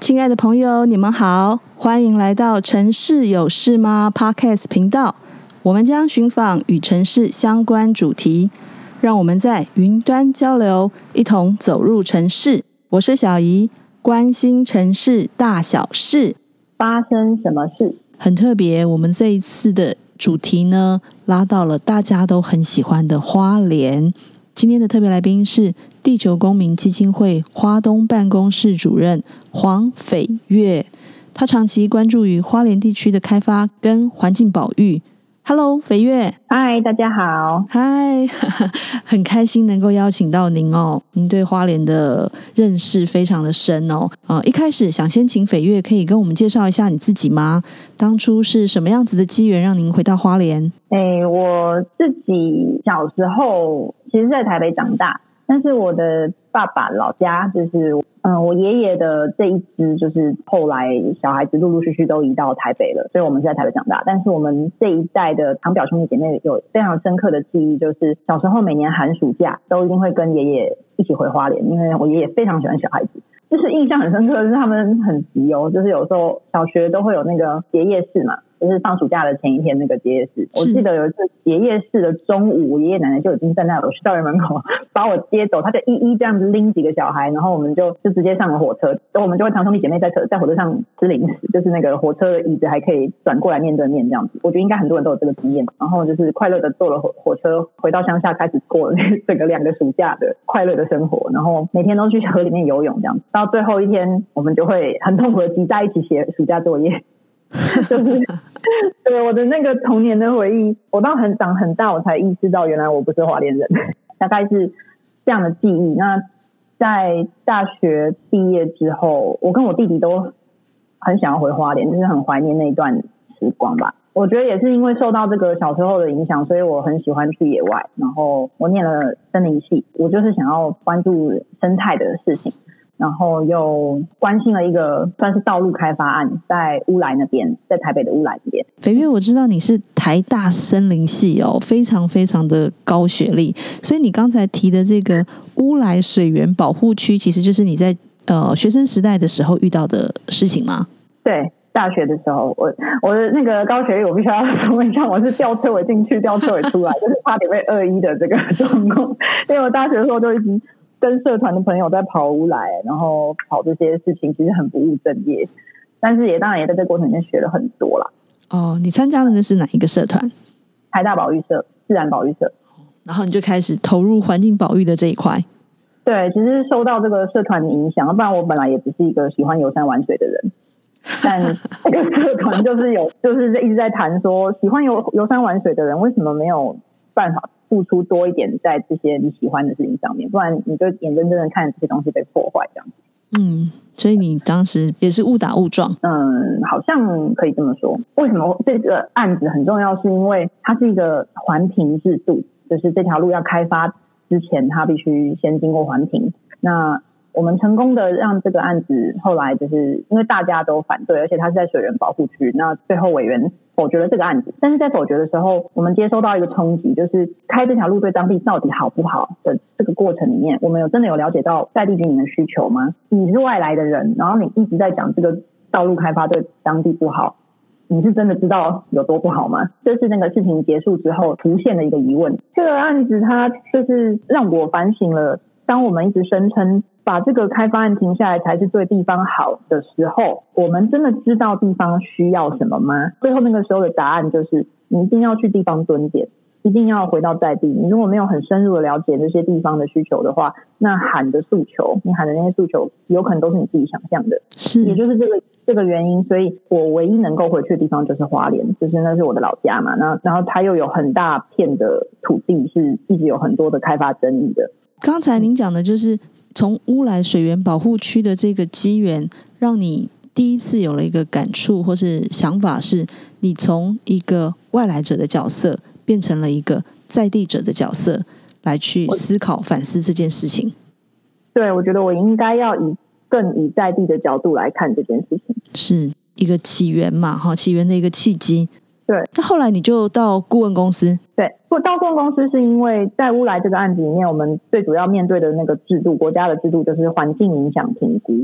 亲爱的朋友，你们好，欢迎来到城市有事吗 Podcast 频道。我们将寻访与城市相关主题，让我们在云端交流，一同走入城市。我是小怡，关心城市大小事。 发生什么事？ 很特别，我们这一次的主题呢，拉到了大家都很喜欢的花莲。今天的特别来宾是地球公民基金会花东办公室主任黄斐月，他长期关注于花莲地区的开发跟环境保育。Hello， 斐月。 嗨，大家好。 嗨，很开心能够邀请到您哦。您对花莲的认识非常的深哦。一开始想先请斐月可以跟我们介绍一下你自己吗？当初是什么样子的机缘让您回到花莲？ 我自己小时候其实在台北长大，但是我的爸爸老家就是我爷爷的这一支，就是后来小孩子陆陆续续都移到台北了，所以我们是在台北长大。但是我们这一代的堂表兄弟姐妹有非常深刻的记忆，就是小时候每年寒暑假都一定会跟爷爷一起回花莲，因为我爷爷非常喜欢小孩子。就是印象很深刻的是他们很急哦，就是有时候小学都会有那个结业式嘛，就是放暑假的前一天那个结业式。我记得有一次结业式的中午，我爷爷奶奶就已经站在我校园门口把我接走，他就一这样子拎几个小孩，然后我们就直接上了火车，我们就会堂兄弟姐妹在火车上吃零食，就是那个火车的椅子还可以转过来面对面这样子。我觉得应该很多人都有这个经验，然后就是快乐的坐了火车回到乡下，开始过了这个2个暑假的快乐的生活，然后每天都去河里面游泳这样子。到最后一天我们就会很痛苦的挤在一起写暑假作业。就是对我的那个童年的回忆，我到长很大我才意识到原来我不是花莲人，大概是这样的记忆。那在大学毕业之后，我跟我弟弟都很想要回花莲，就是很怀念那一段时光吧。我觉得也是因为受到这个小时候的影响，所以我很喜欢去野外，然后我念了森林系，我就是想要关注生态的事情，然后又关心了一个算是道路开发案，在乌来那边，在台北的乌来这边。 斐月，我知道你是台大森林系哦，非常非常的高学历，所以你刚才提的这个乌来水源保护区，其实就是你在学生时代的时候遇到的事情吗？ 对，大学的时候，我的那个高学历，我必须要说一下，我是吊车尾进去，吊车尾出来，就是差点被21的这个状况。因为我大学的时候就一直跟社团的朋友在跑乌来，然后跑这些事情，其实很不务正业，但是当然也在这个过程里面学了很多啦。 哦，你参加的那是哪一个社团？ 台大保育社，自然保育社。 然后你就开始投入环境保育的这一块。 对，其实受到这个社团的影响，不然我本来也不是一个喜欢游山玩水的人。但这个社团就是一直在谈说，喜欢游山玩水的人为什么没有办法付出多一点在这些你喜欢的事情上面，不然你就眼睁睁的看这些东西被破坏这样子。 所以你当时也是误打误撞。 好像可以这么说。为什么这个案子很重要，是因为它是一个环评制度，就是这条路要开发之前它必须先经过环评。那我们成功的让这个案子后来就是因为大家都反对，而且它是在水源保护区，那最后委员否决了这个案子。但是在否决的时候，我们接收到一个冲击，就是开这条路对当地到底好不好的这个过程里面，我们真的有了解到在地居民的需求吗？你是外来的人，然后你一直在讲这个道路开发对当地不好，你是真的知道有多不好吗？这是那个事情结束之后浮现的一个疑问。这个案子它就是让我反省了，当我们一直声称把这个开发案停下来才是对地方好的时候，我们真的知道地方需要什么吗？最后那个时候的答案就是你一定要去地方蹲点，一定要回到在地。你如果没有很深入的了解这些地方的需求的话，那喊的诉求，你喊的那些诉求有可能都是你自己想象的。 是， 也就是这个原因，所以我唯一能够回去的地方就是花莲，就是那是我的老家嘛。然后它又有很大片的土地是一直有很多的开发争议的。 刚才您讲的就是从乌来水源保护区的这个机缘，让你第一次有了一个感触或是想法，是你从一个外来者的角色变成了一个在地者的角色，来去思考反思这件事情。 对，我觉得我应该要更以在地的角度来看这件事情， 是一个起源嘛，起源的一个契机。 对， 那后来你就到顾问公司。 对，我到顾问公司是因为在乌来这个案子里面，我们最主要面对的那个制度，国家的制度就是环境影响评估。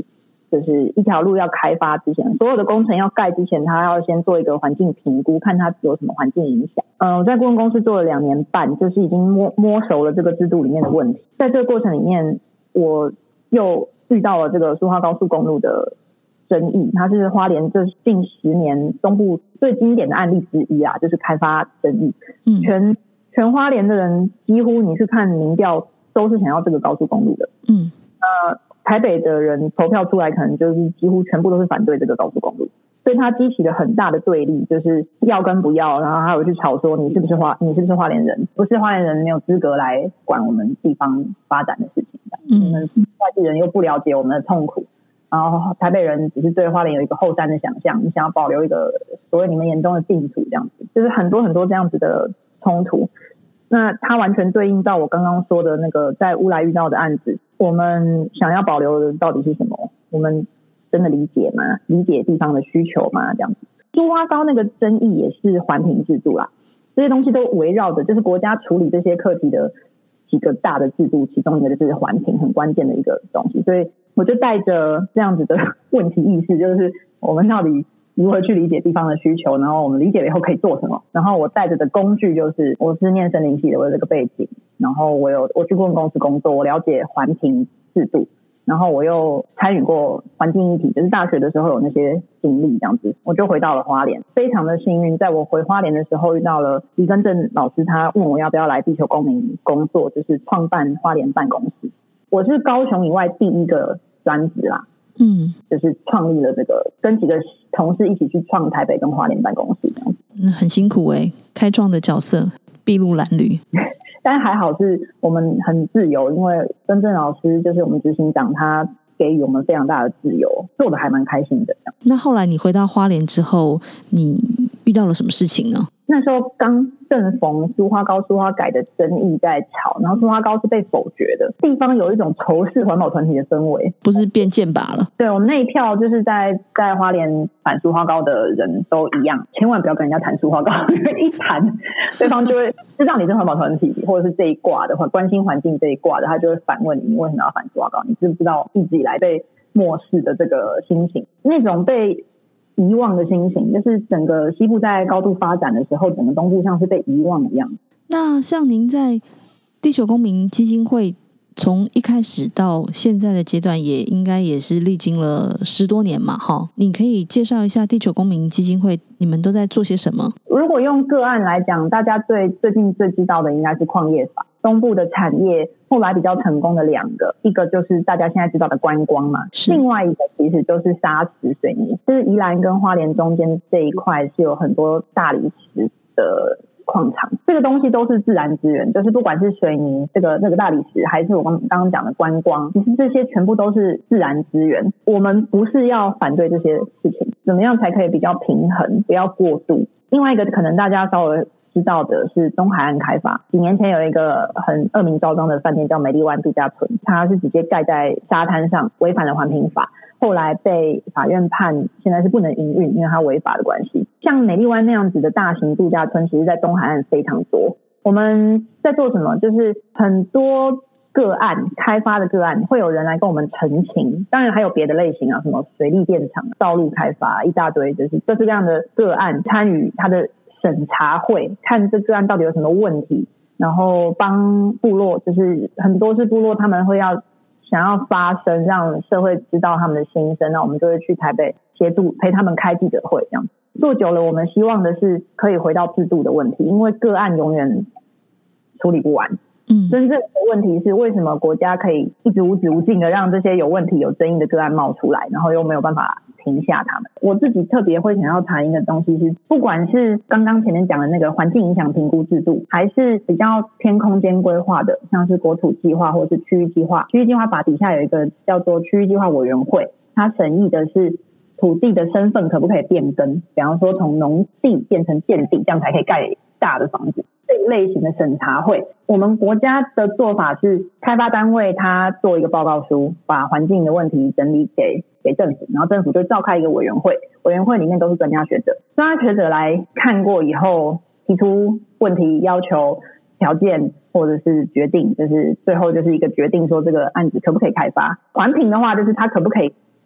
就是一条路要开发之前，所有的工程要盖之前，他要先做一个环境评估，看它有什么环境影响。我在顾问公司做了2年半，就是已经摸熟了这个制度里面的问题。在这个过程里面，我又遇到了这个苏花高速公路的争议，它是花莲这近10年东部最经典的案例之一啊，就是开发争议。全花莲的人几乎你去看民调都是想要这个高速公路的。台北的人投票出来可能就是几乎全部都是反对这个高速公路，所以它激起了很大的对立，就是要跟不要，然后还有去吵说你是不是花莲人，不是花莲人没有资格来管我们地方发展的事情。你们外地人又不了解我们的痛苦，然后台北人只是对花莲有一个后山的想象，你想要保留一个所谓你们眼中的净土，这样子就是很多很多这样子的冲突。那它完全对应到我刚刚说的那个在乌来遇到的案子，我们想要保留的到底是什么？我们真的理解吗？理解地方的需求吗？这样子。苏花高那个争议也是环评制度啦，这些东西都围绕着就是国家处理这些课题的几个大的制度，其中一个就是环评，很关键的一个东西。所以我就带着这样子的问题意识，就是我们到底如何去理解地方的需求，然后我们理解了以后可以做什么。然后我带着的工具就是我是念森林系的，我有这个背景，然后我去顾问公司工作，我了解环评制度，然后我又参与过环境议题，就是大学的时候有那些经历，这样子我就回到了花莲。非常的幸运，在我回花莲的时候遇到了李根正老师，他问我要不要来地球公民工作，就是创办花莲办公室。我是高雄以外第一个专职啦，就是创立了这个，跟几个同事一起去创台北跟花莲办公室这样子。 很辛苦开创的角色筚路蓝缕。 但还好是我们很自由，因为根正老师就是我们执行长，他给予我们非常大的自由，做的还蛮开心的。 那后来你回到花莲之后，你遇到了什么事情呢？ 那时候刚正逢苏花高苏花改的争议在吵，然后苏花高是被否决的，地方有一种仇视环保团体的氛围， 不是变剑拔了。 对，我们那一票就是在花莲反苏花高的人都一样，千万不要跟人家谈苏花高，因为一谈对方就会知道你是环保团体或者是这一挂的话，关心环境这一挂的，他就会反问你为什么要反苏花高，你知不知道一直以来被漠视的这个心情，那种被遗忘的心情，就是整个西部在高度发展的时候，整个东部像是被遗忘一样。 那像您在地球公民基金会从一开始到现在的阶段，也应该也是历经了10多年嘛，你可以介绍一下地球公民基金会你们都在做些什么？如果用个案来讲，大家最近最知道的应该是矿业法。东部的产业后来比较成功的2个，一个就是大家现在知道的观光嘛，另外一个其实就是砂石水泥，就是宜兰跟花莲中间这一块是有很多大理石的矿场，这个东西都是自然资源，就是不管是水泥那个大理石，还是我刚刚讲的观光，其实这些全部都是自然资源。我们不是要反对这些事情，怎么样才可以比较平衡，不要过度。另外一个可能大家稍微知道的是东海岸开发，几年前有一个很恶名昭彰的饭店叫美丽湾度假村，它是直接盖在沙滩上，违反了环评法，后来被法院判现在是不能营运，因为它违法的关系。像美丽湾那样子的大型度假村，其实在东海岸非常多。我们在做什么？就是很多个案开发的个案会有人来跟我们陈情，当然还有别的类型啊，什么水利电厂、道路开发，一大堆，就是各式各样的个案参与它的审查会，看这个案到底有什么问题，然后帮部落，就是很多是部落他们会想要发声，让社会知道他们的心声，那我们就会去台北协助陪他们开记者会，这样做久了，我们希望的是可以回到制度的问题，因为个案永远处理不完。真正的问题是为什么国家可以一直无止无尽的让这些有问题有争议的个案冒出来，然后又没有办法停下他们。我自己特别会想要谈一个东西是，不管是刚刚前面讲的那个环境影响评估制度，还是比较偏空间规划的，像是国土计划或是区域计划，区域计划法底下有一个叫做区域计划委员会，它审议的是土地的身份可不可以变更，比方说从农地变成建地，这样才可以盖大的房子，这一类型的审查会。我们国家的做法是开发单位他做一个报告书，把环境的问题整理给政府，然后政府就召开一个委员会，委员会里面都是专家学者，专家学者来看过以后提出问题要求条件或者是决定，就是最后就是一个决定说这个案子可不可以开发。环评的话就是它可不可以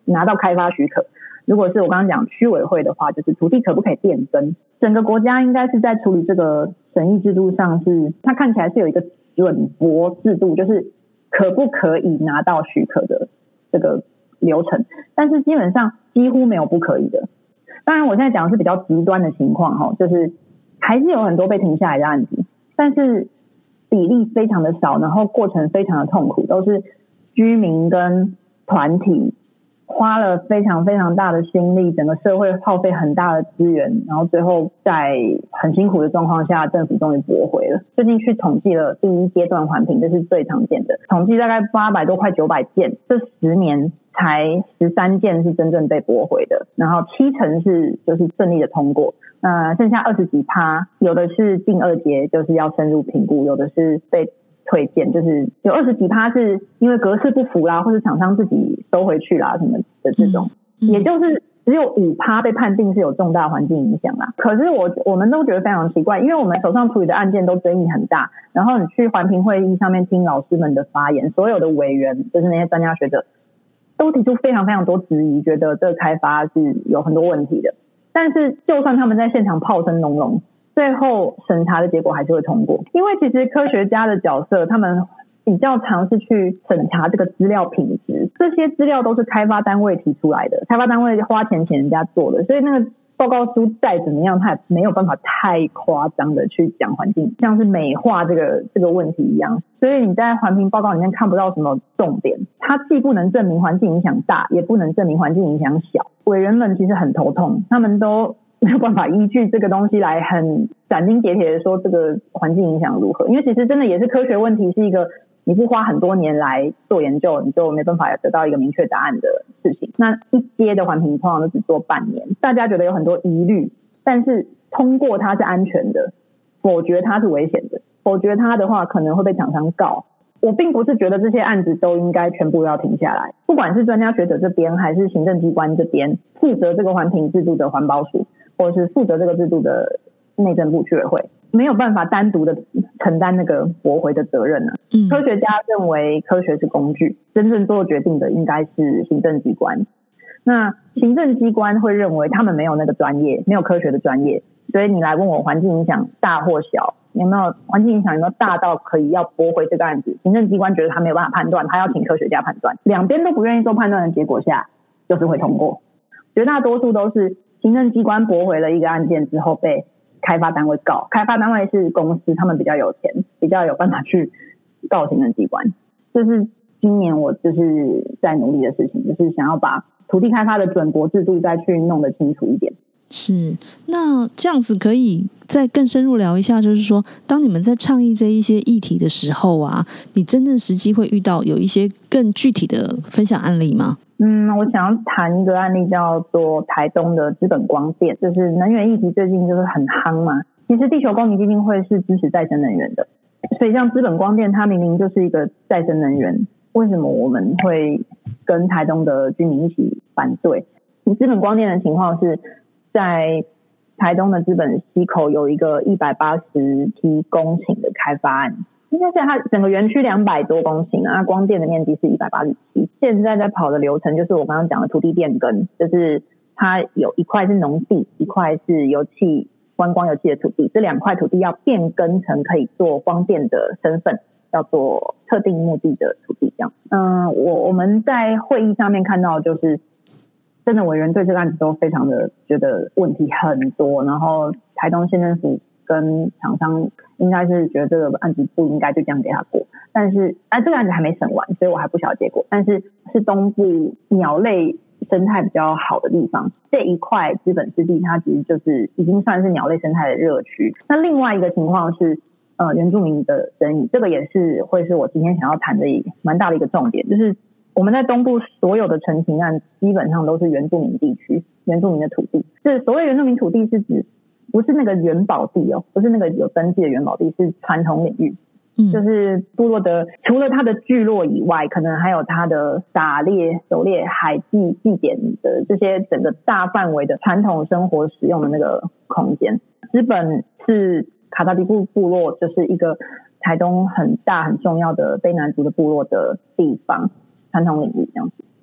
拿到开发许可。如果是我刚刚讲区委会的话，就是土地可不可以变更。整个国家应该是在处理这个审议制度上是，它看起来是有一个准驳制度，就是可不可以拿到许可的这个流程，但是基本上几乎没有不可以的。当然我现在讲的是比较极端的情况，就是还是有很多被停下来的案子，但是比例非常的少，然后过程非常的痛苦，都是居民跟团体花了非常非常大的心力，整个社会耗费很大的资源，然后最后在很辛苦的状况下，政府终于驳回了。最近去统计了第一阶段环评，这是最常见的，统计大概800多快900件，这10年才13件是真正被驳回的，然后70%是就是顺利的通过，剩下20几%，有的是进2阶，就是要深入评估，有的是被推荐，就是有20几%是因为格式不符啦，或是厂商自己收回去啦什么的这种，也就是只有5%被判定是有重大环境影响啦。可是我们都觉得非常奇怪，因为我们手上处理的案件都争议很大，然后你去环评会议上面听老师们的发言，所有的委员就是那些专家学者都提出非常非常多质疑，觉得这个开发是有很多问题的。但是就算他们在现场炮声隆隆，最后审查的结果还是会通过，因为其实科学家的角色，他们比较常是去审查这个资料品质，这些资料都是开发单位提出来的，开发单位花钱请人家做的，所以那个报告书再怎么样，它也没有办法太夸张的去讲环境，像是美化这个问题一样。所以你在环评报告里面看不到什么重点，它既不能证明环境影响大，也不能证明环境影响小。委员们其实很头痛，他们都没有办法依据这个东西来很斩钉截铁的说这个环境影响如何，因为其实真的也是科学问题，是一个你不花很多年来做研究，你就没办法得到一个明确答案的事情。那一阶的环评通常都只做半年，大家觉得有很多疑虑，但是通过它是安全的，否决它是危险的，否决它的话可能会被厂商告。我并不是觉得这些案子都应该全部要停下来，不管是专家学者这边还是行政机关这边负责这个环评制度的环保署，或者是负责这个制度的内政部居委会，没有办法单独的承担那个驳回的责任啊。科学家认为科学是工具，真正做决定的应该是行政机关。那行政机关会认为他们没有那个专业，没有科学的专业，所以你来问我环境影响大或小，有没有环境影响有没有大到可以要驳回这个案子，行政机关觉得他没有办法判断，他要请科学家判断，两边都不愿意做判断的结果下，就是会通过。绝大多数都是行政机关驳回了一个案件之后被开发单位告，开发单位是公司，他们比较有钱，比较有办法去告行政机关。这是今年我就是在努力的事情，就是想要把土地开发的准驳制度再去弄得清楚一点。 是，那这样子可以再更深入聊一下，就是说当你们在倡议这一些议题的时候啊，你真正实际会遇到有一些更具体的分享案例吗？ 我想要谈一个案例叫做台东的资本光电，就是能源议题最近就是很夯嘛。其实地球公民基金会是支持再生能源的，所以像资本光电它明明就是一个再生能源，为什么我们会跟台东的居民一起反对？资本光电的情况是在台东的资本溪口有一个180批公顷的开发案，应该是它整个园区200多公顷啊，光电的面积是187。现在在跑的流程就是我刚刚讲的土地变更，就是它有一块是农地，一块是油气观光油气的土地，这2块土地要变更成可以做光电的身份，叫做特定目的的土地这样。我们在会议上面看到就是真的委员对这个案子都非常的觉得问题很多，然后台东县政府跟厂商应该是觉得这个案子不应该就这样给他过，但是这个案子还没审完，所以我还不晓得结果，但是是东部鸟类生态比较好的地方，这一块资本湿地它其实就是已经算是鸟类生态的热区。那另外一个情况是原住民的争议，这个也是会是我今天想要谈的蛮大的一个重点，就是我们在东部所有的陈情案基本上都是原住民地区，原住民的土地。这所谓原住民土地是指不是那个原保地不是那个有登记的原保地，是传统领域。就是部落的除了它的聚落以外，可能还有它的打猎、狩猎、海祭、祭典的这些整个大范围的传统生活使用的那个空间。资本是卡达迪布部落，就是一个台东很大很重要的卑南族的部落的地方，传统领域这样子。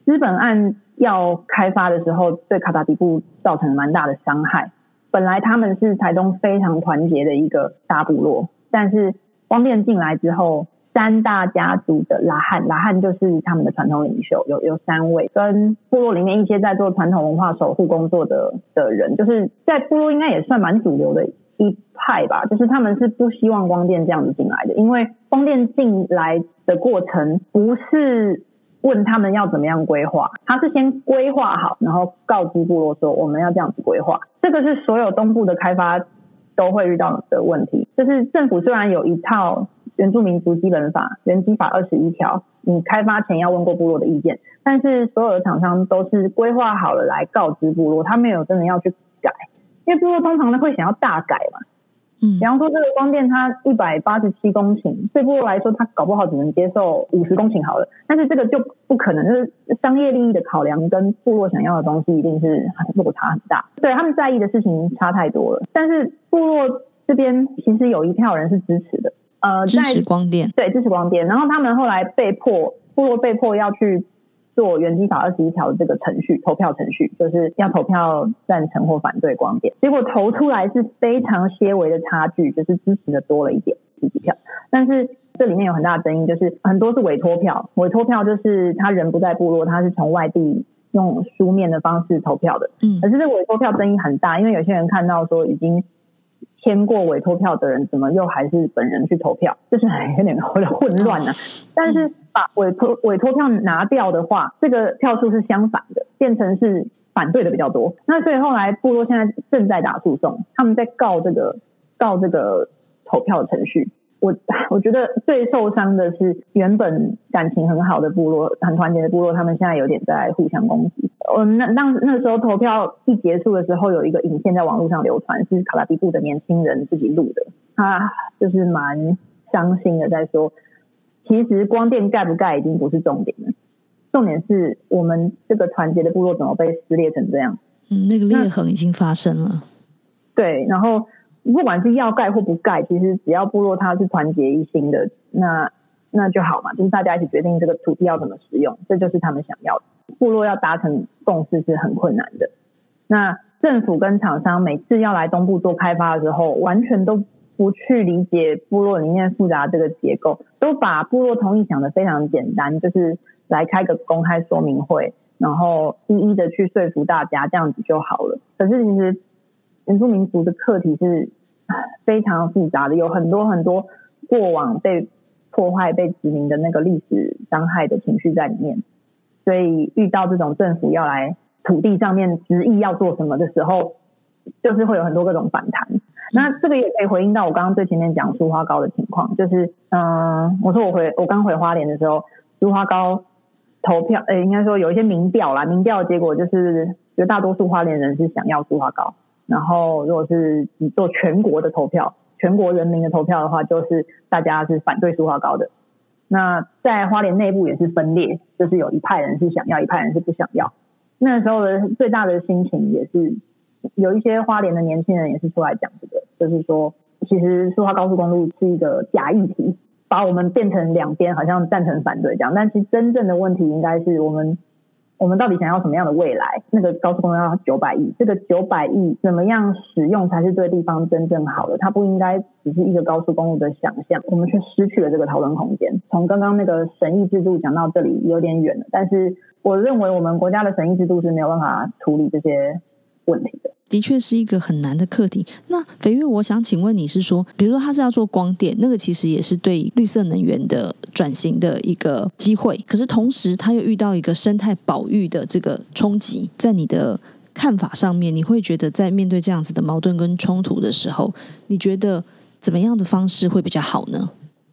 资本案要开发的时候，对卡塔迪布造成了蛮大的伤害。本来他们是台东非常团结的一个大部落，但是光电进来之后，三大家族的拉汉就是他们的传统领袖，有3位，跟部落里面一些在做传统文化守护工作的人，就是在部落应该也算蛮主流的一派吧，就是他们是不希望光电这样子进来的，因为光电进来的过程不是问他们要怎么样规划，他是先规划好，然后告知部落说我们要这样子规划。这个是所有东部的开发都会遇到的问题，就是政府虽然有一套原住民族基本法原基法21条，你开发前要问过部落的意见，但是所有的厂商都是规划好了来告知部落，他没有真的要去改，因为部落通常会想要大改嘛。比方说这个光电它187公顷，对部落来说它搞不好只能接受50公顷好了，但是这个就不可能，就是商业利益的考量跟部落想要的东西一定是落差很大，对，他们在意的事情差太多了。但是部落这边其实有一票人是支持的， 支持光电， 对，支持光电，然后他们后来部落被迫要去做原基法21条的这个程序，投票程序，就是要投票赞成或反对光电，结果投出来是非常些微的差距，就是支持的多了一点几票，但是这里面有很大的争议，就是很多是委托票就是他人不在部落，他是从外地用书面的方式投票的，可是这个委托票争议很大，因为有些人看到说已经签过委托票的人怎么又还是本人去投票，就是有点混乱啊。但是把委托票拿掉的话，这个票数是相反的，变成是反对的比较多。那所以后来部落现在正在打诉讼，他们在告这个投票程序。我觉得最受伤的是原本感情很好的部落，很团结的部落，他们现在有点在互相攻击。那时候投票一结束的时候，有一个影片在网络上流传，是卡塔迪布的年轻人自己录的，他就是蛮伤心的，在说其实光电盖不盖已经不是重点了，重点是我们这个团结的部落怎么被撕裂成这样。 那个裂痕已经发生了。 对，然后不管是要盖或不盖，其实只要部落它是团结一心的，那就好嘛，就是大家一起决定这个土地要怎么使用，这就是他们想要的。部落要达成共识是很困难的。那政府跟厂商每次要来东部做开发的时候，完全都不去理解部落里面复杂这个结构，都把部落同意想得非常简单，就是来开个公开说明会，然后一一的去说服大家，这样子就好了。可是其实原住民族的课题是非常复杂的，有很多很多过往被破坏、被殖民的那个历史伤害的情绪在里面，所以遇到这种政府要来土地上面执意要做什么的时候，就是会有很多各种反弹。那这个也可以回应到我刚刚最前面讲苏花高的情况，就是我说我刚回花莲的时候，苏花高投票应该说有一些民调啦，民调的结果就是绝大多数花莲人是想要苏花高，然后如果是只做全国的投票，全国人民的投票的话，就是大家是反对苏花高的。那在花莲内部也是分裂，就是有一派人是想要，一派人是不想要。那时候的最大的心情也是有一些花莲的年轻人也是出来讲这个，就是说其实苏花高速公路是一个假议题，把我们变成两边好像赞成反对这样，但其实真正的问题应该是我们到底想要什么样的未来。那个高速公路要900亿，这个900亿怎么样使用才是对地方真正好的，它不应该只是一个高速公路的想象，我们却失去了这个讨论空间。从刚刚那个审议制度讲到这里有点远了，但是我认为我们国家的审议制度是没有办法处理这些问题的， 的确是一个很难的课题。那斐月，我想请问你是说，比如说他是要做光电，那个其实也是对绿色能源的转型的一个机会，可是同时他又遇到一个生态保育的这个冲击，在你的看法上面，你会觉得在面对这样子的矛盾跟冲突的时候，你觉得怎么样的方式会比较好呢？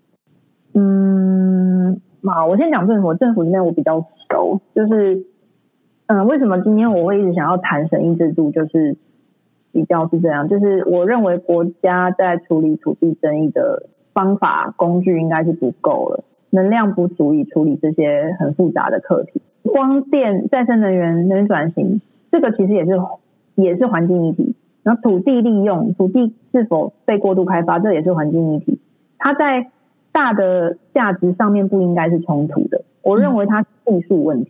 我先讲政府这边我比较熟，就是为什么今天我会一直想要谈审议制度，就是比较是这样，就是我认为国家在处理土地争议的方法工具应该是不够了，能量不足以处理这些很复杂的课题。光电、再生能源、能源转型，这个其实也是环境议题。然后土地利用，土地是否被过度开发，这也是环境议题。它在大的价值上面不应该是冲突的，我认为它是技术问题。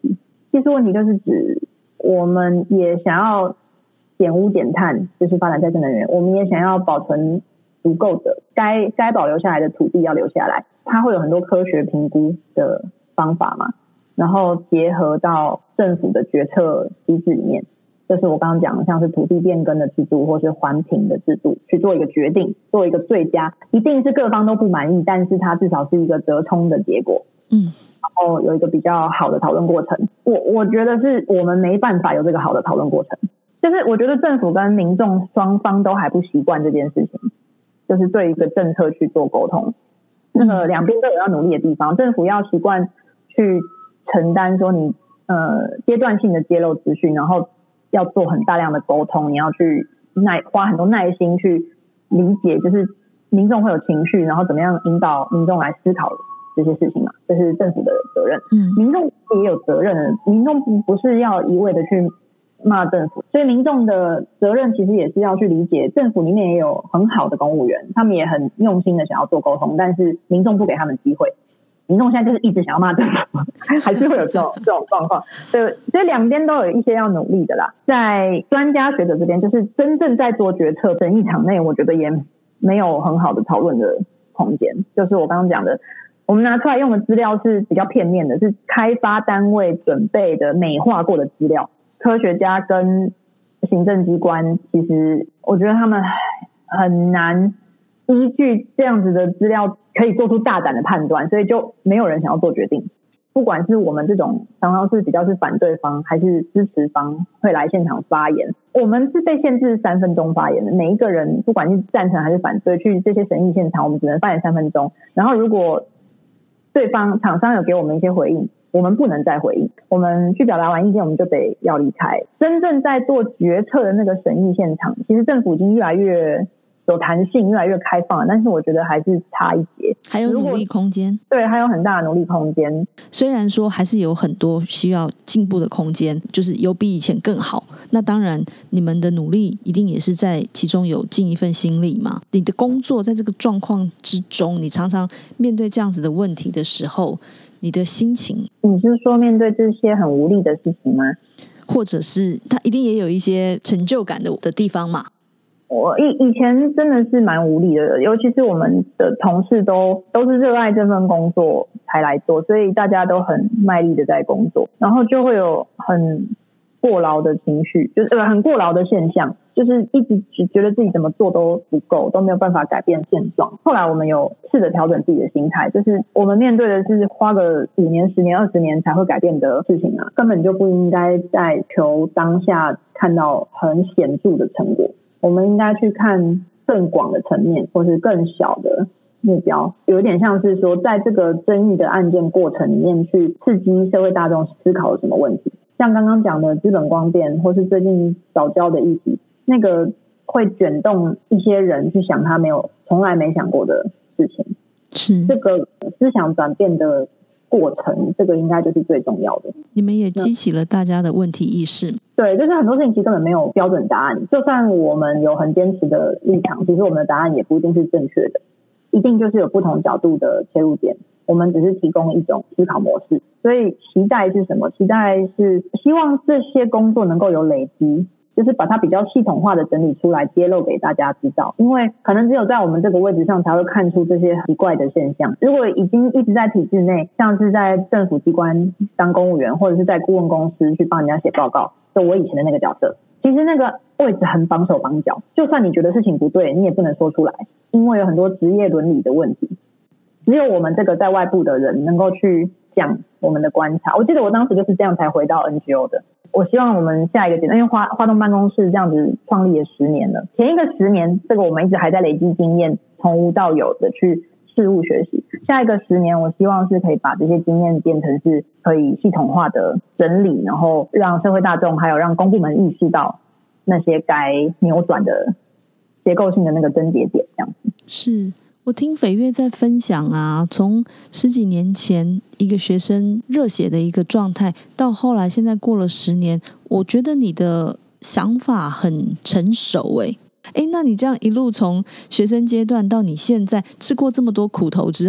技术问题就是指我们也想要减污减碳，就是发展再生能源，我们也想要保存足够的该保留下来的土地要留下来，它会有很多科学评估的方法嘛，然后结合到政府的决策机制里面，就是我刚刚讲的像是土地变更的制度或是环评的制度去做一个决定，做一个最佳，一定是各方都不满意，但是它至少是一个折冲的结果，然后有一个比较好的讨论过程。我觉得是我们没办法有这个好的讨论过程，就是我觉得政府跟民众双方都还不习惯这件事情，就是对一个政策去做沟通，那个两边都有要努力的地方。政府要习惯去承担说你阶段性的揭露资讯，然后要做很大量的沟通，你要去花很多耐心去理解，就是民众会有情绪，然后怎么样引导民众来思考这些事情嘛，这是政府的责任。民众也有责任，民众不是要一味的去骂政府，所以民众的责任其实也是要去理解，政府里面也有很好的公务员，他们也很用心的想要做沟通，但是民众不给他们机会，民众现在就是一直想要骂政府，还是会有这种状况。所以两边都有一些要努力的啦。在专家学者这边，就是真正在做决策审议场内，我觉得也没有很好的讨论的空间。就是我刚刚讲的，我们拿出来用的资料是比较片面的，是开发单位准备的美化过的资料。科学家跟行政机关，其实我觉得他们很难依据这样子的资料可以做出大胆的判断，所以就没有人想要做决定。不管是我们这种常常是比较是反对方还是支持方会来现场发言，我们是被限制3分钟发言的，每一个人不管是赞成还是反对，去这些审议现场我们只能发言3分钟，然后如果对方厂商有给我们一些回应，我们不能再回应，我们去表达完意见我们就得要离开。真正在做决策的那个审议现场，其实政府已经越来越有弹性，越来越开放了，但是我觉得还是差一截， 还有努力空间。 对，还有很大的努力空间。 虽然说还是有很多需要进步的空间，就是有比以前更好，那当然你们的努力一定也是在其中有尽一份心力嘛。你的工作在这个状况之中，你常常面对这样子的问题的时候，你的心情， 你是说面对这些很无力的事情吗？ 或者是他一定也有一些成就感的地方嘛？ 我以前真的是蛮无力的，尤其是我们的同事都是热爱这份工作才来做，所以大家都很卖力的在工作，然后就会有很过劳的情绪，就是很过劳的现象，就是一直觉得自己怎么做都不够，都没有办法改变现状。后来我们有试着调整自己的心态，就是我们面对的是花个5年、10年、20年才会改变的事情啊，根本就不应该在求当下看到很显著的成果，我们应该去看更广的层面，或是更小的目标，有点像是说在这个争议的案件过程里面去刺激社会大众思考什么问题。像刚刚讲的资本光电，或是最近早教的议题，那个会卷动一些人去想他从来没想过的事情， 是这个思想转变的过程，这个应该就是最重要的。 你们也激起了大家的问题意识。 对，就是很多事情其实根本没有标准答案，就算我们有很坚持的立场，其实我们的答案也不一定是正确的，一定就是有不同角度的切入点，我们只是提供一种思考模式。所以期待是什么？期待是希望这些工作能够有累积，就是把它比较系统化的整理出来，揭露给大家知道。因为可能只有在我们这个位置上才会看出这些奇怪的现象。如果已经一直在体制内，像是在政府机关当公务员，或者是在顾问公司去帮人家写报告，就我以前的那个角色，其实那个位置很绑手绑脚，就算你觉得事情不对，你也不能说出来，因为有很多职业伦理的问题。只有我们这个在外部的人能够去讲我们的观察。我记得我当时就是这样才回到 NGO 的。我希望我们下一个阶段，因为花东办公室这样子创立也10年了，前一个10年这个我们一直还在累积经验，从无到有的去事物学习。下一个10年我希望是可以把这些经验变成是可以系统化的整理，然后让社会大众还有让公部门意识到那些该扭转的结构性的那个症结点，这样子。 是我听斐月在分享啊，从10几年前一个学生热血的一个状态，到后来现在过了10年，我觉得你的想法很成熟那你这样一路从学生阶段到你现在吃过这么多苦头之后，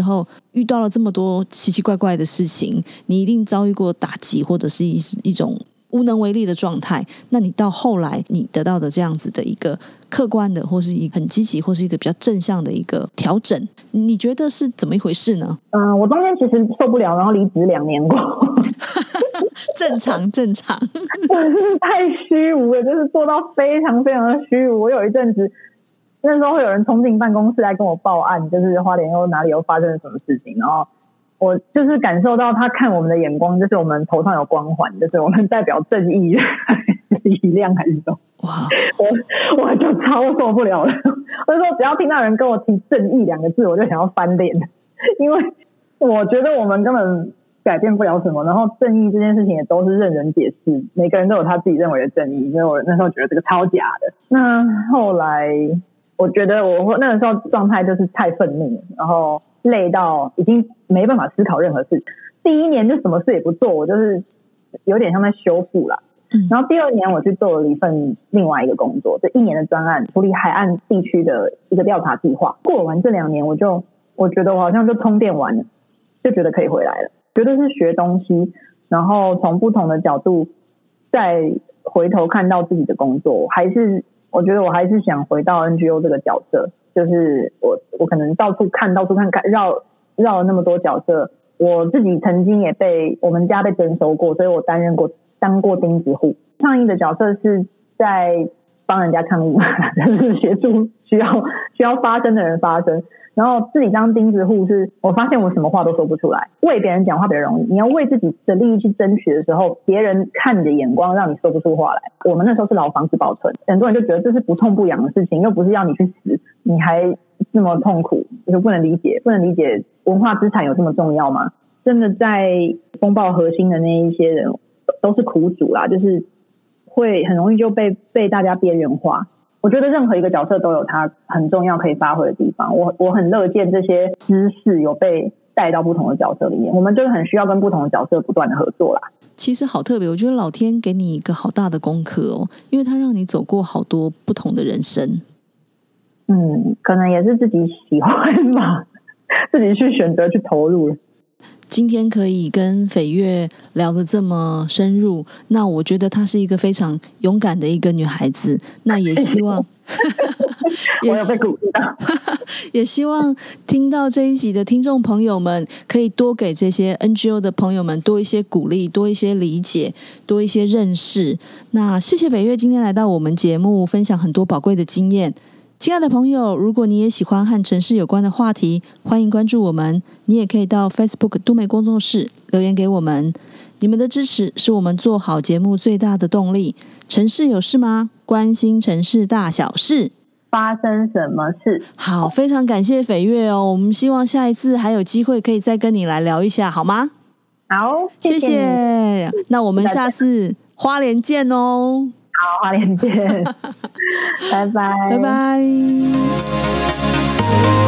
遇到了这么多奇奇怪怪的事情，你一定遭遇过打击或者是一种无能为力的状态，那你到后来你得到的这样子的一个客观的或是一个很积极或是一个比较正向的一个调整，你觉得是怎么一回事呢？ 我中间其实受不了，然后离职2年过正常太虚无了，就是做到非常非常的虚无。我有一阵子那时候会有人冲进办公室来跟我报案，就是花莲又哪里又发生了什么事情，然后我就是感受到他看我们的眼光，就是我们头上有光环，就是我们代表正义力量还是什么。 哇！ 我就超受不了了。我就说只要听到人跟我提正义2个字，我就想要翻脸，因为我觉得我们根本改变不了什么，然后正义这件事情也都是任人解释，每个人都有他自己认为的正义，所以我那时候觉得这个超假的。那后来我觉得我那个时候状态就是太愤怒了，然后累到已经没办法思考任何事。第1年就什么事也不做，我就是有点像在修复啦。然后第2年我去做了一份另外一个工作，这1年的专案，处理海岸地区的一个调查计划。过完这2年，我觉得我好像就充电完了，就觉得可以回来了。觉得是学东西，然后从不同的角度再回头看到自己的工作，我觉得我还是想回到 NGO 这个角色，就是我可能到处看绕了那么多角色。我自己曾经也被我们家被征收过，所以我当过钉子户。倡议的角色是在帮人家抗议嘛，就是协助需要发声的人发声。然后自己当钉子户是我发现我什么话都说不出来，为别人讲话比较容易，你要为自己的利益去争取的时候，别人看你的眼光让你说不出话来。我们那时候是老房子保存，很多人就觉得这是不痛不痒的事情，又不是要你去死，你还这么痛苦，就是不能理解文化资产有这么重要吗？真的在风暴核心的那一些人都是苦主啦，就是会很容易就被大家边缘化。我觉得任何一个角色都有他很重要可以发挥的地方，我很乐见这些知识有被带到不同的角色里面，我们就是很需要跟不同的角色不断的合作啦。 其实好特别，我觉得老天给你一个好大的功课哦，因为他让你走过好多不同的人生。 可能也是自己喜欢吧，自己去选择去投入了。 今天可以跟斐月聊得这么深入，那我觉得她是一个非常勇敢的一个女孩子，那也希望我有被鼓励到也希望听到这一集的听众朋友们可以多给这些 NGO 的朋友们多一些鼓励，多一些理解，多一些认识。那谢谢斐月今天来到我们节目分享很多宝贵的经验。亲爱的朋友，如果你也喜欢和城市有关的话题，欢迎关注我们。你也可以到 Facebook 都媒工作室留言给我们。你们的支持是我们做好节目最大的动力。城市有事吗？关心城市大小事。 发生什么事？ 好，非常感谢斐月哦。我们希望下一次还有机会可以再跟你来聊一下，好吗？ 好， 谢谢。那我们下次花莲见哦。 好，花莲见。拜拜。 拜拜。